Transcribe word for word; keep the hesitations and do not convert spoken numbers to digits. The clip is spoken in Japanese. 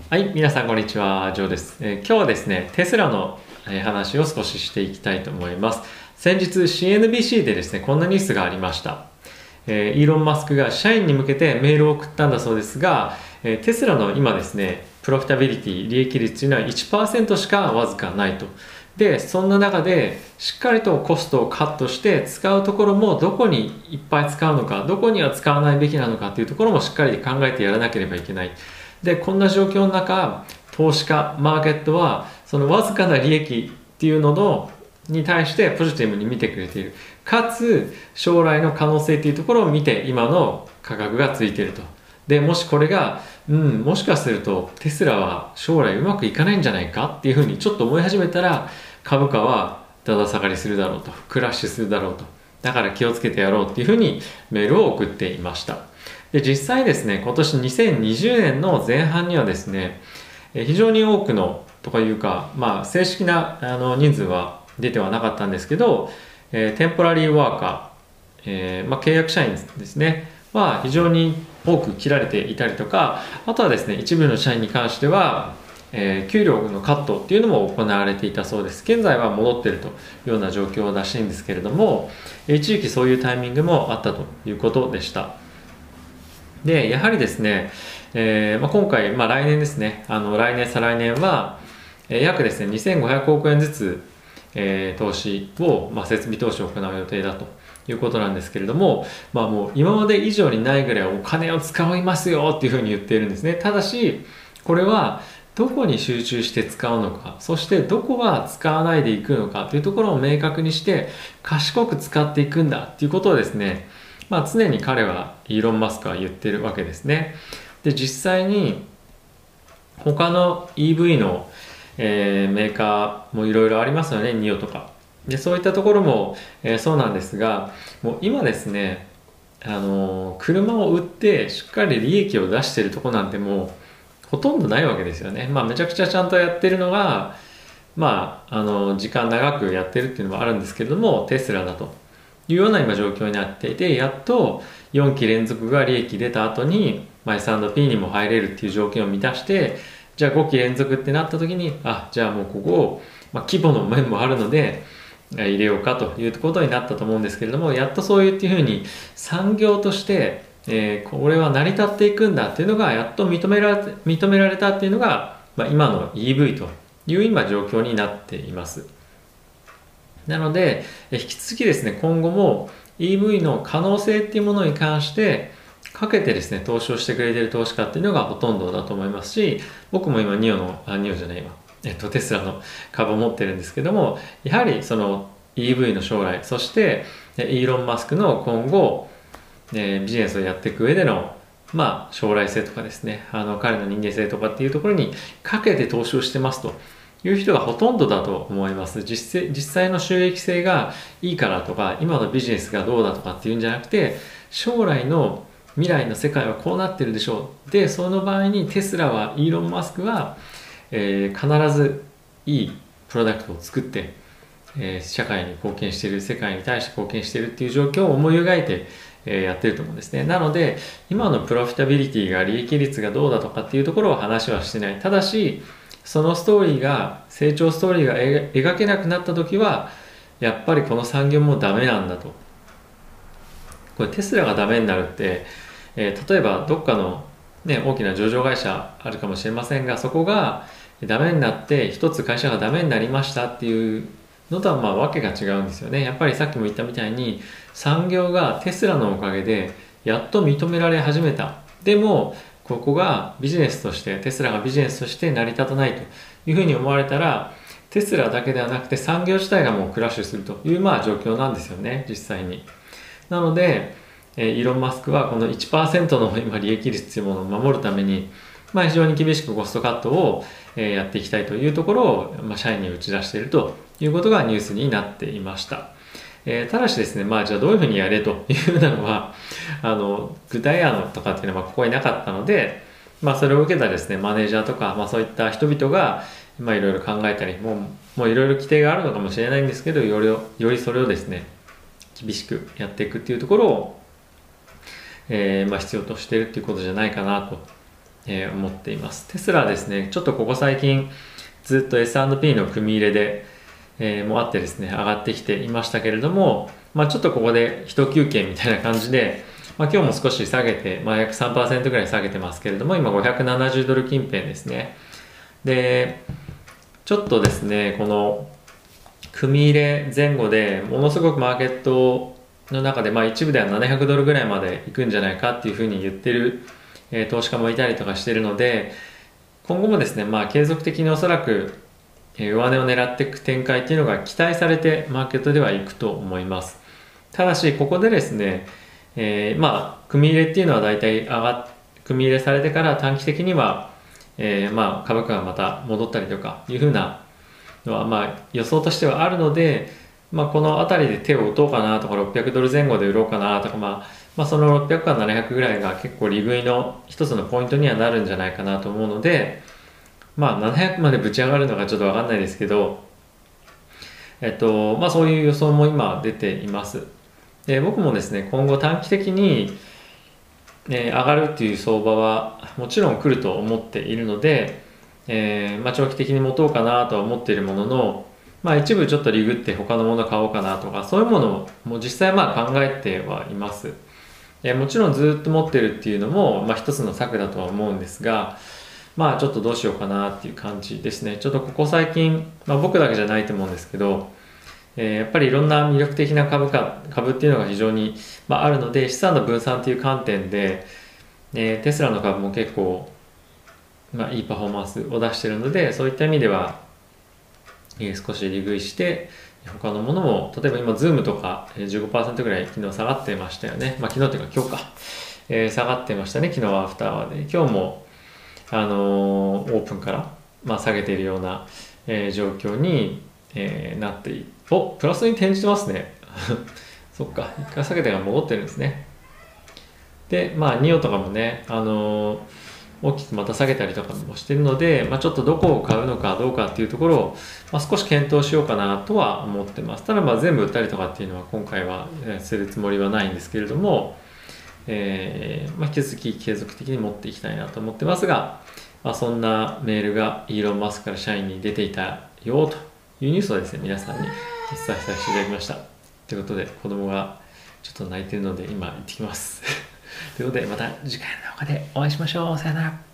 はい、皆さんこんにちは、ジョーです。えー今日はですね、テスラのえー話を少ししていきたいと思います。先日 シーエヌビーシー でですね、こんなニュースがありました。えーイーロン・マスクが社員に向けてメールを送ったんだそうですが、えーテスラの今ですね、プロフィタビリティ、利益率というのは いちパーセント しかわずかないと。で、そんな中でしっかりとコストをカットして使うところもどこにいっぱい使うのか、どこには使わないべきなのかというところもしっかり考えてやらなければいけない。で、こんな状況の中、投資家、マーケットはそのわずかな利益っていうののに対してポジティブに見てくれている。かつ、将来の可能性っていうところを見て今の価格がついていると。で、もしこれが、うん、もしかするとテスラは将来うまくいかないんじゃないかっていうふうにちょっと思い始めたら、株価はだだ下がりするだろうと、クラッシュするだろうと。だから気をつけてやろうっていうふうにメールを送っていました。で、実際ですね、今年にせんにじゅうねんの前半にはですね、え非常に多くのとかいうか、まあ、正式なあの人数は出てはなかったんですけど、えーテンポラリーワーカー、えーまあ、契約社員ですね、は非常に多く切られていたりとか、あとはですね、一部の社員に関しては、えー給料のカットっていうのも行われていたそうです。現在は戻っているというような状況らしいんですけれども、一時期そういうタイミングもあったということでした。で、やはりですね、えーまあ、今回、まあ、来年ですね、あの来年、再来年は、えー約ですね、にせんごひゃくおくえんずつ、えー投資を、まあ、設備投資を行う予定だということなんですけれども、まあ、もう今まで以上にないぐらいお金を使いますよっていうふうに言っているんですね。ただし、これはどこに集中して使うのか、そしてどこは使わないでいくのかというところを明確にして、賢く使っていくんだっていうことをですね、まあ、常に彼はイーロン・マスクは言ってるわけですね。で、実際に他の イーブイ の、えーメーカーもいろいろありますよね、ニオとか。で、そういったところも、えーそうなんですが、もう今ですね、あのー車を売ってしっかり利益を出しているところなんてもうほとんどないわけですよね。まあ、めちゃくちゃちゃんとやってるのが、まあ、あの時間長くやってるっていうのもあるんですけれども、テスラだというような今状況になっていて、やっとよんき連続が利益出た後に、まあ、エスアンドピー にも入れるっていう条件を満たして、じゃあごき連続ってなった時に、あ、じゃあもうここを、まあ、規模の面もあるので、え入れようかということになったと思うんですけれども、やっとそういうっていうふうに産業として、えーこれは成り立っていくんだっていうのがやっと認められて認められたっていうのが、まあ、今の イーブイ という今状況になっています。なので、え引き続きですね、今後も イーブイ の可能性っていうものに関してかけてですね、投資をしてくれている投資家っていうのがほとんどだと思いますし、僕も今ニオの、あ、ニオじゃないわ、えっと、テスラの株を持ってるんですけども、やはりその イーブイ の将来、そしてえイーロン・マスクの今後、えービジネスをやっていく上でのまあ将来性とかですね、あの彼の人間性とかっていうところにかけて投資をしてますという人がほとんどだと思います。実際、実際の収益性がいいからとか、今のビジネスがどうだとかっていうんじゃなくて、将来の未来の世界はこうなってるでしょう。で、その場合にテスラは、イーロン・マスクは、えー必ずいいプロダクトを作って、えー社会に貢献している、世界に対して貢献しているっていう状況を思い描いて、えーやってると思うんですね。なので、今のプロフィタビリティが、利益率がどうだとかっていうところは話はしてない。ただし、そのストーリーが、成長ストーリーが描描けなくなった時は、やっぱりこの産業もダメなんだと。これテスラがダメになるって、えー例えばどっかの、ね、大きな上場会社あるかもしれませんが、そこがダメになって一つ会社がダメになりましたっていうのとはまあわけが違うんですよね。やっぱりさっきも言ったみたいに産業がテスラのおかげでやっと認められ始めた。でもここがビジネスとしてテスラがビジネスとして成り立たないというふうに思われたら、テスラだけではなくて産業自体がもうクラッシュするというまあ状況なんですよね、実際に。なので、えーイーロン・マスクはこのいちパーセントの今利益率というものを守るために、まあ、非常に厳しくコストカットを、えーやっていきたいというところを、まあ、社員に打ち出しているということがニュースになっていました。えーただしですね、まあ、じゃあどういうふうにやれというようなのは、あの具体案とかっていうのはここになかったので、まあ、それを受けたですね、マネージャーとか、まあ、そういった人々が、まあ、いろいろ考えたり、もう、もういろいろ規定があるのかもしれないんですけど、より、よりそれをですね、厳しくやっていくっていうところを、えーまあ、必要としているっていうことじゃないかなとえー思っています。テスラはですね、ちょっとここ最近ずっと エスアンドピー の組み入れで、えーもあってですね、上がってきていましたけれども、まあ、ちょっとここで一休憩みたいな感じで、まあ、今日も少し下げて、まあ、約 さんパーセント ぐらい下げてますけれども、今ごひゃくななじゅうドル近辺ですね。で、ちょっとですね、この組み入れ前後でものすごくマーケットの中で、まあ、一部ではななひゃくドルぐらいまでいくんじゃないかっていうふうに言ってる、えー投資家もいたりとかしているので、今後もですね、まあ、継続的におそらくえー上値を狙っていく展開っていうのが期待されてマーケットではいくと思います。ただしここでですね、えーまあ組み入れっていうのは大体上がっ組み入れされてから短期的には、えーまあ株価がまた戻ったりとかいうふうなのはまあ予想としてはあるので、まあ、この辺りで手を打とうかなとかろっぴゃくドル前後で売ろうかなとか、まあ、まあそのろっぴゃくからななひゃくぐらいが結構利食いの一つのポイントにはなるんじゃないかなと思うので、まあななひゃくまでぶち上がるのがちょっと分かんないですけど、えっとまあ、そういう予想も今出ています。で僕もですね、今後短期的に、ね、上がるっていう相場はもちろん来ると思っているので、えーまあ、長期的に持とうかなとは思っているものの、まあ、一部ちょっとリグって他のもの買おうかなとか、そういうものも実際まあ考えてはいます。えーもちろんずっと持ってるっていうのも、まあ、一つの策だとは思うんですが、まあちょっとどうしようかなっていう感じですね。ちょっとここ最近、まあ、僕だけじゃないと思うんですけど、えーやっぱりいろんな魅力的な株価、株っていうのが非常に、まあ、あるので、資産の分散という観点で、えーテスラの株も結構、まあ、いいパフォーマンスを出しているので、そういった意味では、えー少し利食いして、他のものも、例えば今、ズームとかえーじゅうごパーセントぐらい昨日下がってましたよね。まあ昨日というか今日か。えー下がってましたね、昨日はアフターはで。今日も、あのーオープンから、まあ、下げているような、えー状況に、えーなっていおプラスに転じてますねそっか、一回下げてが戻ってるんですね。でまあニオとかもね、あのー大きくまた下げたりとかもしてるので、まあ、ちょっとどこを買うのかどうかっていうところを、まあ、少し検討しようかなとは思ってます。ただまあ全部売ったりとかっていうのは今回はえーするつもりはないんですけれども、えーまあ、引き続き継続的に持っていきたいなと思ってますが、まあ、そんなメールがイーロン・マスクから社員に出ていたよというニュースをですね、皆さんにお伝えさせていただきました。ということで、子供がちょっと泣いてるので今行ってきます。ということで、また次回の動画でお会いしましょう。さよなら。